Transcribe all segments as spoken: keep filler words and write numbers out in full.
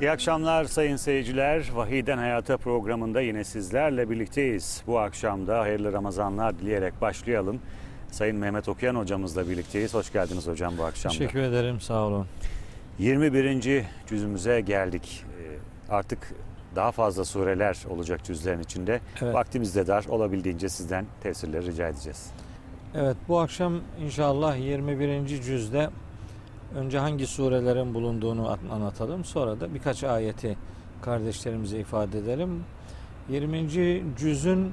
İyi akşamlar sayın seyirciler. Vahiyden Hayata programında yine sizlerle birlikteyiz. Bu akşam da hayırlı Ramazanlar dileyerek başlayalım. Sayın Mehmet Okuyan hocamızla birlikteyiz. Hoş geldiniz hocam bu akşam da. Teşekkür ederim, sağ olun. yirmi birinci cüzümüze geldik. Artık daha fazla sureler olacak cüzlerin içinde. Evet. Vaktimiz de dar. Olabildiğince sizden tefsirleri rica edeceğiz. Evet, bu akşam inşallah yirmi birinci cüzde önce hangi surelerin bulunduğunu anlatalım. Sonra da birkaç ayeti kardeşlerimize ifade edelim. yirminci cüzün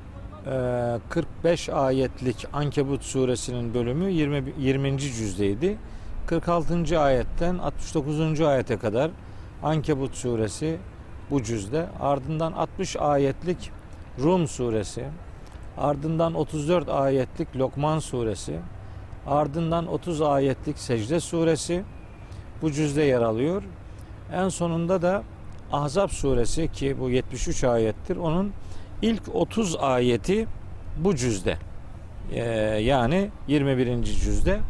kırk beş ayetlik Ankebut suresinin bölümü yirmi, yirminci cüzdeydi. kırk altıncı ayetten altmış dokuzuncu ayete kadar Ankebut suresi bu cüzde. Ardından altmış ayetlik Rum suresi, ardından otuz dört ayetlik Lokman suresi, ardından otuz ayetlik Secde suresi bu cüzde yer alıyor. En sonunda da Ahzab suresi, ki bu yetmiş üç ayettir. Onun ilk otuz ayeti bu cüzde. Ee, yani yirmi birinci cüzde. Ee,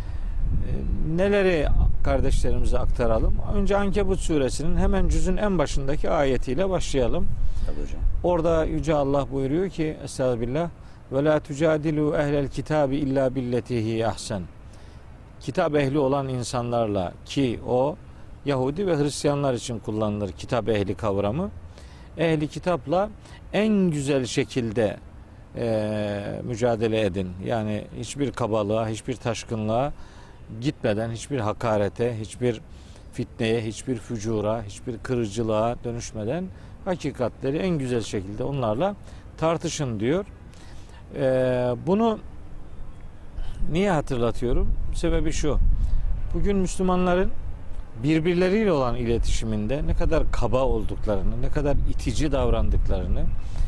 neleri kardeşlerimize aktaralım? Önce Ankebut suresinin hemen cüzün en başındaki ayetiyle başlayalım. Tabii hocam. Orada Yüce Allah buyuruyor ki Estağfirullah ve la tucadilu ehlel kitabi illa billetihi ahsen. Kitap ehli olan insanlarla, ki o Yahudi ve Hristiyanlar için kullanılır kitap ehli kavramı. Ehli kitapla en güzel şekilde e, mücadele edin. Yani hiçbir kabalığa, hiçbir taşkınlığa gitmeden, hiçbir hakarete, hiçbir fitneye, hiçbir fücura, hiçbir kırıcılığa dönüşmeden hakikatleri en güzel şekilde onlarla tartışın diyor. Ee, bunu niye hatırlatıyorum? Sebebi şu. Bugün Müslümanların birbirleriyle olan iletişiminde ne kadar kaba olduklarını, ne kadar itici davrandıklarını,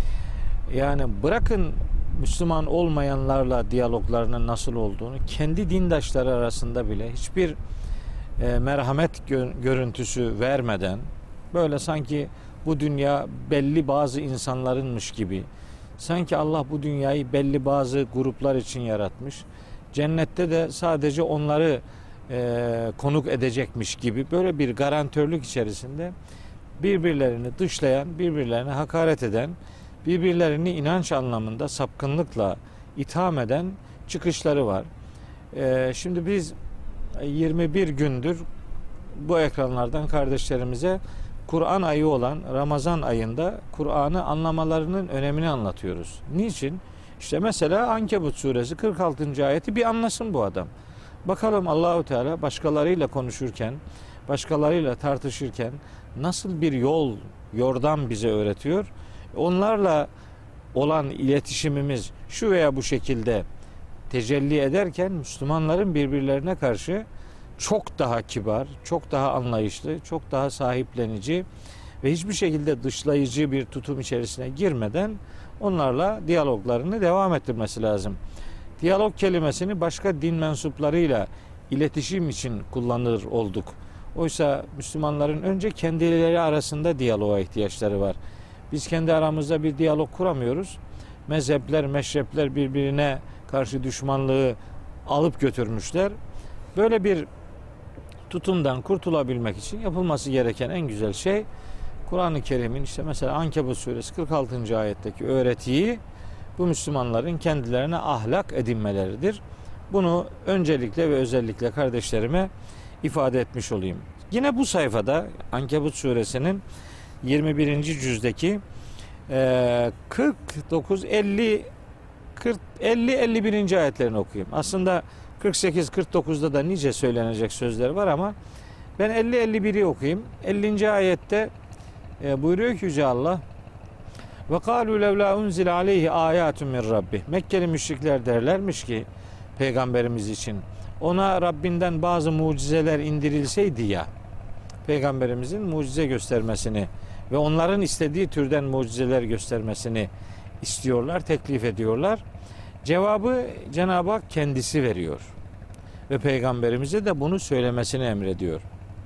yani bırakın Müslüman olmayanlarla diyaloglarının nasıl olduğunu, kendi dindaşları arasında bile hiçbir e, merhamet gö- görüntüsü vermeden, böyle sanki bu dünya belli bazı insanlarınmış gibi, sanki Allah bu dünyayı belli bazı gruplar için yaratmış, cennette de sadece onları e, konuk edecekmiş gibi böyle bir garantörlük içerisinde birbirlerini dışlayan, birbirlerine hakaret eden, birbirlerini inanç anlamında sapkınlıkla itham eden çıkışları var. E, şimdi biz yirmi bir gündür bu ekranlardan kardeşlerimize Kur'an ayı olan Ramazan ayında Kur'an'ı anlamalarının önemini anlatıyoruz. Niçin? İşte mesela Ankebut suresi kırk altıncı ayeti bir anlasın bu adam. Bakalım Allahu Teala başkalarıyla konuşurken, başkalarıyla tartışırken nasıl bir yol, yordam bize öğretiyor. Onlarla olan iletişimimiz şu veya bu şekilde tecelli ederken Müslümanların birbirlerine karşı çok daha kibar, çok daha anlayışlı, çok daha sahiplenici ve hiçbir şekilde dışlayıcı bir tutum içerisine girmeden onlarla diyaloglarını devam ettirmesi lazım. Diyalog kelimesini başka din mensuplarıyla iletişim için kullanır olduk. Oysa Müslümanların önce kendileri arasında diyaloğa ihtiyaçları var. Biz kendi aramızda bir diyalog kuramıyoruz. Mezhepler, meşrepler birbirine karşı düşmanlığı alıp götürmüşler. Böyle bir tutumdan kurtulabilmek için yapılması gereken en güzel şey Kur'an-ı Kerim'in işte mesela Ankebut suresi kırk altıncı ayetteki öğretiyi bu Müslümanların kendilerine ahlak edinmeleridir. Bunu öncelikle ve özellikle kardeşlerime ifade etmiş olayım. Yine bu sayfada Ankebut suresinin yirmi birinci cüzdeki kırk dokuz, elli, kırk, elli, elli birinci ayetlerini okuyayım. Aslında kırk sekiz kırk dokuzda da nice söylenecek sözler var ama ben elli elli biri okuyayım. ellinci ayette e, buyuruyor ki Yüce Allah ve kâlû levlâ unzile aleyhi âyâtun min rabbih. Mekkeli müşrikler derlermiş ki Peygamberimiz için ona Rabbinden bazı mucizeler indirilseydi ya, Peygamberimizin mucize göstermesini ve onların istediği türden mucizeler göstermesini istiyorlar, teklif ediyorlar. Cevabı Cenab-ı Hak kendisi veriyor. Ve Peygamberimize de bunu söylemesini emrediyor.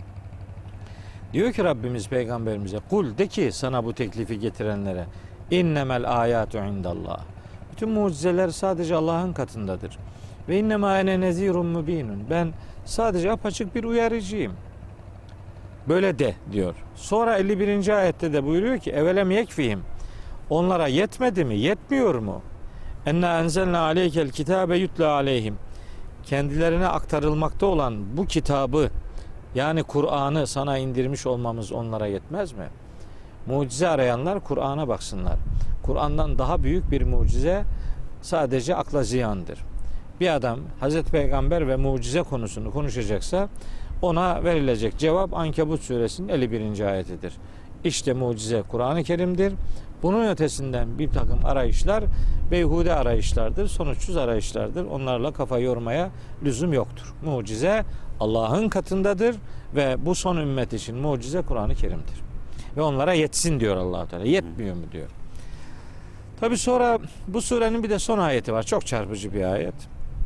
Diyor ki Rabbimiz Peygamberimize, kul de ki sana bu teklifi getirenlere, innemel ayatu indallah. Bütün mucizeler sadece Allah'ın katındadır. Ve innema ene nezirun mübinun. Ben sadece apaçık bir uyarıcıyım. Böyle de diyor. Sonra elli birinci ayette de buyuruyor ki evelem yekfihim. Onlara yetmedi mi? Yetmiyor mu? Enna enzelna aleykel kitabe yutla aleyhim. Kendilerine aktarılmakta olan bu kitabı, yani Kur'an'ı sana indirmiş olmamız onlara yetmez mi? Mucize arayanlar Kur'an'a baksınlar. Kur'an'dan daha büyük bir mucize sadece akla ziyandır. Bir adam Hazreti Peygamber ve mucize konusunu konuşacaksa ona verilecek cevap Ankebut suresinin elli birinci ayetidir. İşte mucize Kur'an-ı Kerim'dir. Bunun ötesinden bir takım arayışlar beyhude arayışlardır, sonuçsuz arayışlardır. Onlarla kafa yormaya lüzum yoktur. Mucize Allah'ın katındadır ve bu son ümmet için mucize Kur'an-ı Kerim'dir. Ve onlara yetsin diyor Allah Teala. Yetmiyor mu diyor. Tabi sonra bu surenin bir de son ayeti var. Çok çarpıcı bir ayet.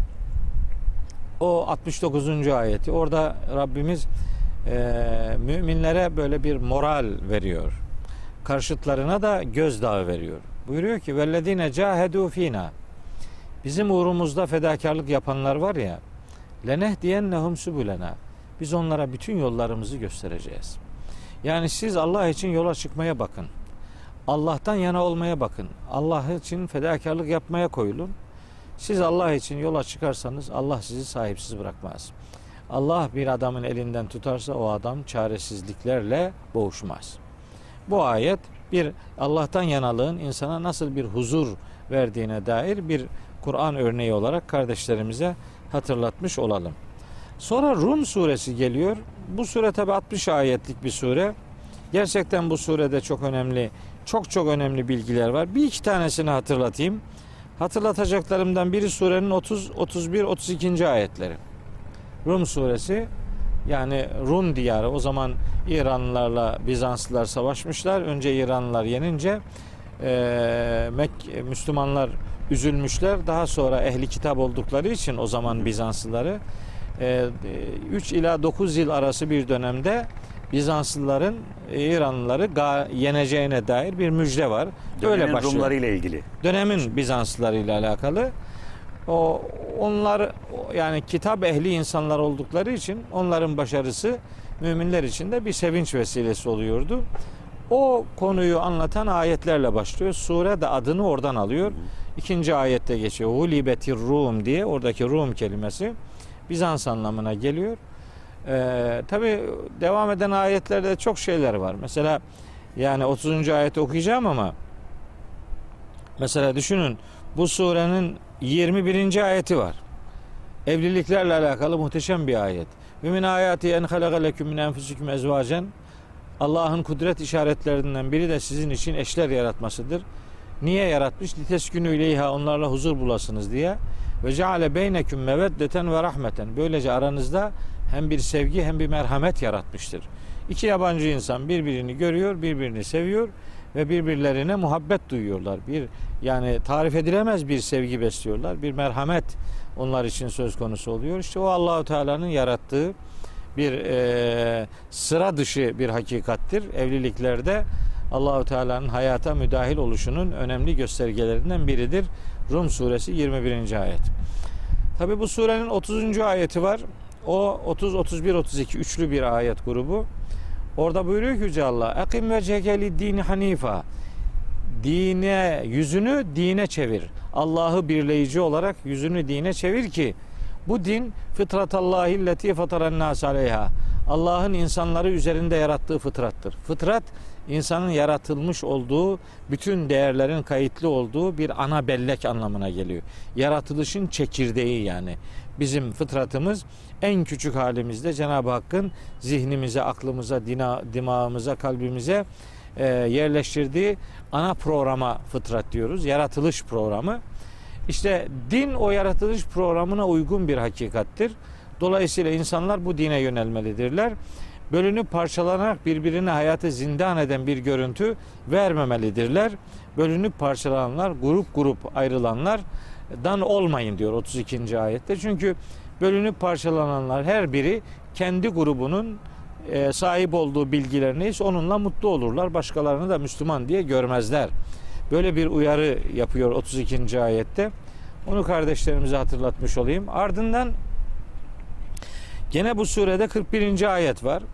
O altmış dokuzuncu ayeti. Orada Rabbimiz e, müminlere böyle bir moral veriyor. Karşıtlarına da gözdağı veriyor. Buyuruyor ki vellezine cahedu fina. Bizim uğrumuzda fedakarlık yapanlar var ya, lenehdiyennehum subulena. Biz onlara bütün yollarımızı göstereceğiz. Yani siz Allah için yola çıkmaya bakın. Allah'tan yana olmaya bakın. Allah için fedakarlık yapmaya koyulun. Siz Allah için yola çıkarsanız Allah sizi sahipsiz bırakmaz. Allah bir adamın elinden tutarsa o adam çaresizliklerle boğuşmaz. Bu ayet bir Allah'tan yanalığın insana nasıl bir huzur verdiğine dair bir Kur'an örneği olarak kardeşlerimize hatırlatmış olalım. Sonra Rum suresi geliyor. Bu sure tabi altmış ayetlik bir sure. Gerçekten bu surede çok önemli, çok çok önemli bilgiler var. Bir iki tanesini hatırlatayım. Hatırlatacaklarımdan biri surenin otuz, otuz bir, otuz ikinci ayetleri. Rum suresi, yani Rum diyarı, o zaman İranlılarla Bizanslılar savaşmışlar. Önce İranlılar yenince e, Mek Müslümanlar üzülmüşler. Daha sonra ehli kitap oldukları için o zaman Bizanslıları üç ila dokuz yıl arası bir dönemde Bizanslıların İranlıları yeneceğine dair bir müjde var. Dönemin Öyle başlıyor. Rumları ile ilgili. Dönemin Bizanslıları ile alakalı. O onlar yani kitap ehli insanlar oldukları için onların başarısı müminler için de bir sevinç vesilesi oluyordu. O konuyu anlatan ayetlerle başlıyor. Sure de adını oradan alıyor. İkinci ayette geçiyor. Hulibetir Rum diye, oradaki Rum kelimesi Bizans anlamına geliyor. Ee, Tabi devam eden ayetlerde çok şeyler var. Mesela yani otuzuncu ayeti okuyacağım ama mesela düşünün, bu surenin yirmi birinci ayeti var. Evliliklerle alakalı muhteşem bir ayet. Ve min ayati en halaka leküm min enfusikum ezvacen. Allah'ın kudret işaretlerinden biri de sizin için eşler yaratmasıdır. Niye yaratmış? Liteskünü ileyha, onlarla huzur bulasınız diye. Ve ceale beyneküm meveddeten ve rahmeten. Böylece aranızda hem bir sevgi hem bir merhamet yaratmıştır. İki yabancı insan birbirini görüyor, birbirini seviyor ve birbirlerine muhabbet duyuyorlar. Bir yani tarif edilemez bir sevgi besliyorlar. Bir merhamet onlar için söz konusu oluyor. İşte o Allahu Teala'nın yarattığı bir e, sıra dışı bir hakikattir. Evliliklerde Allahu Teala'nın hayata müdahil oluşunun önemli göstergelerinden biridir. Rum suresi yirmi birinci ayet. Tabi bu surenin otuzuncu ayeti var. O otuz, otuz bir, otuz iki üçlü bir ayet grubu. Orada buyuruyor ki Yüce Allah, "Ekim ve cekeli dini hanifa." Dine, yüzünü dine çevir. Allah'ı birleyici olarak yüzünü dine çevir ki bu din fıtratallahi lleti fataran nas aleyha. Allah'ın insanları üzerinde yarattığı fıtrattır. Fıtrat, insanın yaratılmış olduğu, bütün değerlerin kayıtlı olduğu bir ana bellek anlamına geliyor. Yaratılışın çekirdeği yani. Bizim fıtratımız en küçük halimizde Cenab-ı Hakk'ın zihnimize, aklımıza, dina, dimağımıza, kalbimize e, yerleştirdiği ana programa fıtrat diyoruz. Yaratılış programı. İşte din o yaratılış programına uygun bir hakikattir. Dolayısıyla insanlar bu dine yönelmelidirler. Bölünüp parçalanarak birbirine hayatı zindan eden bir görüntü vermemelidirler. Bölünüp parçalananlar, grup grup ayrılanlardan olmayın diyor otuz ikinci ayette. Çünkü bölünüp parçalananlar her biri kendi grubunun e, sahip olduğu bilgiler neyse onunla mutlu olurlar. Başkalarını da Müslüman diye görmezler. Böyle bir uyarı yapıyor otuz ikinci ayette. Onu kardeşlerimize hatırlatmış olayım. Ardından gene bu surede kırk birinci ayet var.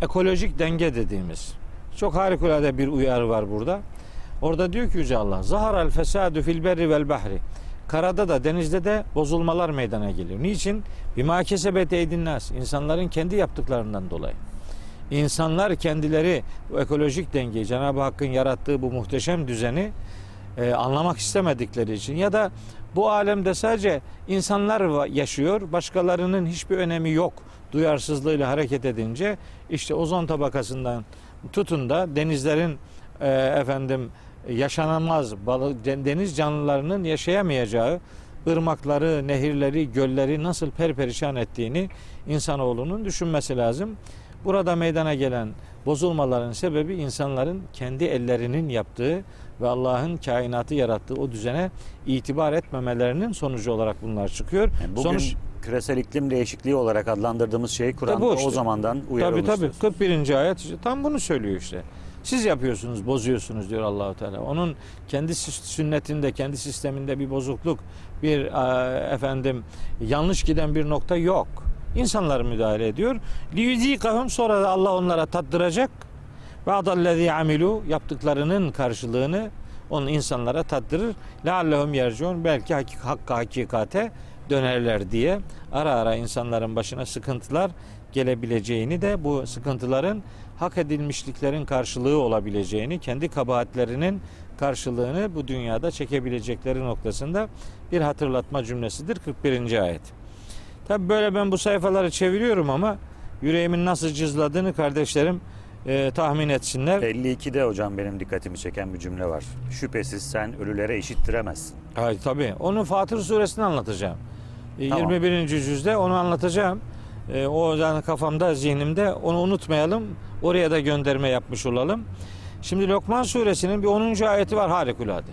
ekolojik denge dediğimiz çok harikulade bir uyarı var burada. Orada diyor ki Yüce Allah, zaharal fesadu fil berri vel bahri. Karada da denizde de bozulmalar meydana geliyor. Niçin? Bima kesebet eydin nas. İnsanların kendi yaptıklarından dolayı. İnsanlar kendileri bu ekolojik dengeyi, Cenab-ı Hakk'ın yarattığı bu muhteşem düzeni e, anlamak istemedikleri için ya da bu alemde sadece insanlar yaşıyor, başkalarının hiçbir önemi yok duyarsızlığıyla hareket edince işte ozon tabakasından tutun da denizlerin e, efendim yaşanamaz balık, deniz canlılarının yaşayamayacağı ırmakları, nehirleri, gölleri nasıl perperişan ettiğini insanoğlunun düşünmesi lazım. Burada meydana gelen bozulmaların sebebi insanların kendi ellerinin yaptığı ve Allah'ın kainatı yarattığı o düzene itibar etmemelerinin sonucu olarak bunlar çıkıyor. Yani bugün Sonuç küresel iklim değişikliği olarak adlandırdığımız şeyi Kur'an'da işte. o zamandan uyarılmış. Tabii tabii. kırk birinci ayet işte tam bunu söylüyor işte. Siz yapıyorsunuz, bozuyorsunuz diyor Allahu Teala. Onun kendi sünnetinde, kendi sisteminde bir bozukluk, bir efendim yanlış giden bir nokta yok. İnsanlar müdahale ediyor. Liyuzikahum, sonra da Allah onlara tattıracak. Ve adallezî amilu, yaptıklarının karşılığını onun insanlara tattırır. Leallehum yerciun, belki hakik, hakka hakikate dönerler diye ara ara insanların başına sıkıntılar gelebileceğini de, bu sıkıntıların hak edilmişliklerin karşılığı olabileceğini, kendi kabahatlerinin karşılığını bu dünyada çekebilecekleri noktasında bir hatırlatma cümlesidir kırk birinci ayet. Tabi böyle ben bu sayfaları çeviriyorum ama yüreğimin nasıl cızladığını kardeşlerim e, tahmin etsinler. elli ikide hocam benim dikkatimi çeken bir cümle var. Şüphesiz sen ölülere işittiremezsin. Hayır, tabii. Onu Fatır suresini anlatacağım. E, Tamam. yirmi birinci cüzde onu anlatacağım. E, o yani kafamda, zihnimde, onu unutmayalım. Oraya da gönderme yapmış olalım. Şimdi Lokman suresinin bir onuncu ayeti var harikulade.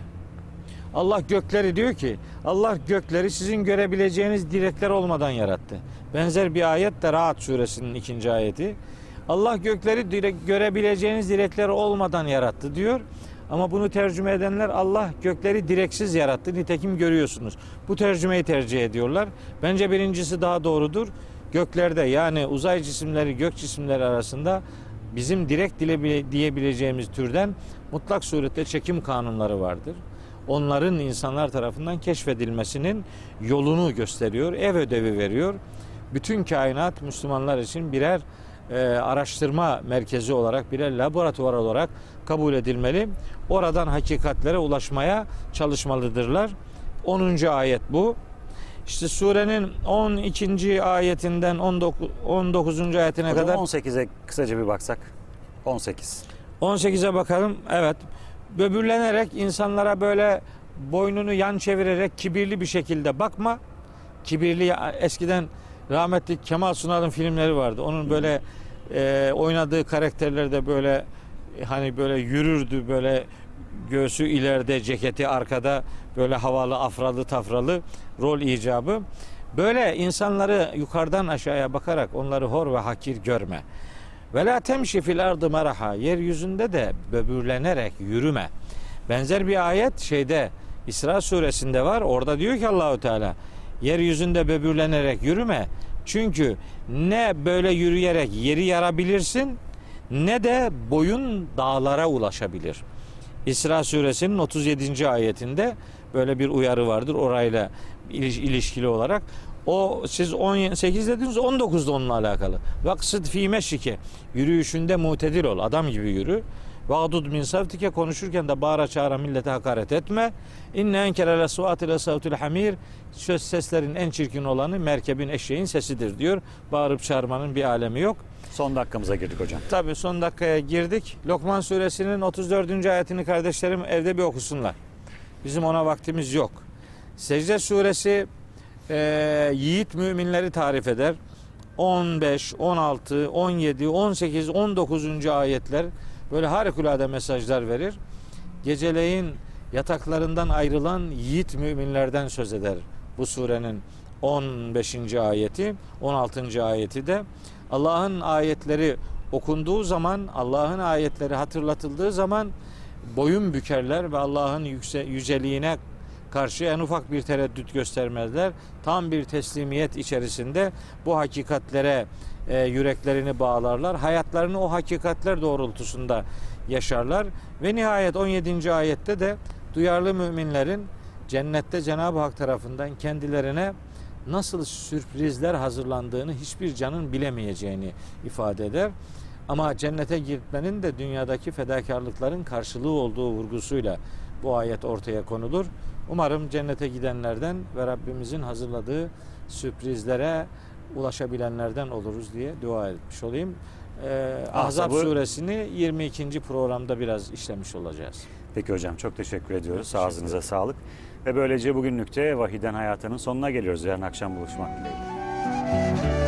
Allah gökleri diyor ki, Allah gökleri sizin görebileceğiniz direkler olmadan yarattı. Benzer bir ayet de Ra'd suresinin ikinci ayeti. Allah gökleri direkt görebileceğiniz direkler olmadan yarattı diyor. Ama bunu tercüme edenler Allah gökleri direksiz yarattı. Nitekim görüyorsunuz. Bu tercümeyi tercih ediyorlar. Bence birincisi daha doğrudur. Göklerde, yani uzay cisimleri, gök cisimleri arasında bizim direkt diyebileceğimiz türden mutlak surette çekim kanunları vardır. Onların insanlar tarafından keşfedilmesinin yolunu gösteriyor, ev ödevi veriyor. Bütün kainat Müslümanlar için birer e, araştırma merkezi olarak, birer laboratuvar olarak kabul edilmeli. Oradan hakikatlere ulaşmaya çalışmalıdırlar. onuncu ayet bu. İşte surenin on ikinci ayetinden on dokuzuncu ayetine Hocam kadar. on sekize kısaca bir baksak. on sekiz. on sekize bakalım. Evet. Böbürlenerek, insanlara böyle boynunu yan çevirerek kibirli bir şekilde bakma. Kibirli, eskiden rahmetli Kemal Sunal'ın filmleri vardı. Onun böyle e, oynadığı karakterlerde böyle hani böyle yürürdü, böyle göğsü ileride, ceketi arkada, böyle havalı, afralı, tafralı rol icabı. Böyle insanları yukarıdan aşağıya bakarak onları hor ve hakir görme. Ve la temşi fil ardı meraha, yeryüzünde de böbürlenerek yürüme. Benzer bir ayet şeyde İsra suresinde var. Orada diyor ki Allahu Teala, yeryüzünde böbürlenerek yürüme. Çünkü ne böyle yürüyerek yeri yarabilirsin, ne de boyun dağlara ulaşabilir. İsra suresinin otuz yedinci ayetinde böyle bir uyarı vardır orayla ilişkili olarak. O siz on sekiz dediniz, on dokuzda onunla alakalı. Vaksıd fî meşrike, yürüyüşünde mutedil ol, adam gibi yürü. Va'dud min savtike, konuşurken de bağıra çağıra millete hakaret etme. İnne enkere lesuvati lesavtul hamir, söz seslerin en çirkin olanı merkebin, eşeğin sesidir diyor. Bağırıp çağırmanın bir alemi yok. Son dakikamıza girdik hocam. Tabii son dakikaya girdik. Lokman suresinin otuz dördüncü ayetini kardeşlerim evde bir okusunlar. Bizim ona vaktimiz yok. Secde suresi e, yiğit müminleri tarif eder. on beş, on altı, on yedi, on sekiz, on dokuzuncu ayetler böyle harikulade mesajlar verir. Geceleyin yataklarından ayrılan yiğit müminlerden söz eder. Bu surenin on beşinci ayeti, on altıncı ayeti de Allah'ın ayetleri okunduğu zaman, Allah'ın ayetleri hatırlatıldığı zaman boyun bükerler ve Allah'ın yükse, yüceliğine karşı en ufak bir tereddüt göstermezler. Tam bir teslimiyet içerisinde bu hakikatlere e, yüreklerini bağlarlar. Hayatlarını o hakikatler doğrultusunda yaşarlar. Ve nihayet on yedinci ayette de duyarlı müminlerin cennette Cenab-ı Hak tarafından kendilerine nasıl sürprizler hazırlandığını hiçbir canın bilemeyeceğini ifade eder. Ama cennete gitmenin de dünyadaki fedakarlıkların karşılığı olduğu vurgusuyla bu ayet ortaya konulur. Umarım cennete gidenlerden ve Rabbimizin hazırladığı sürprizlere ulaşabilenlerden oluruz diye dua etmiş olayım. Ee, Ahzab Ahzab'ı- suresini yirmi ikinci programda biraz işlemiş olacağız. Peki hocam, çok teşekkür ediyoruz. Teşekkür Ağzınıza ederim. sağlık. Ve böylece bugünlük de Vahiden Hayatının sonuna geliyoruz. Yarın akşam buluşmak dileğiyle.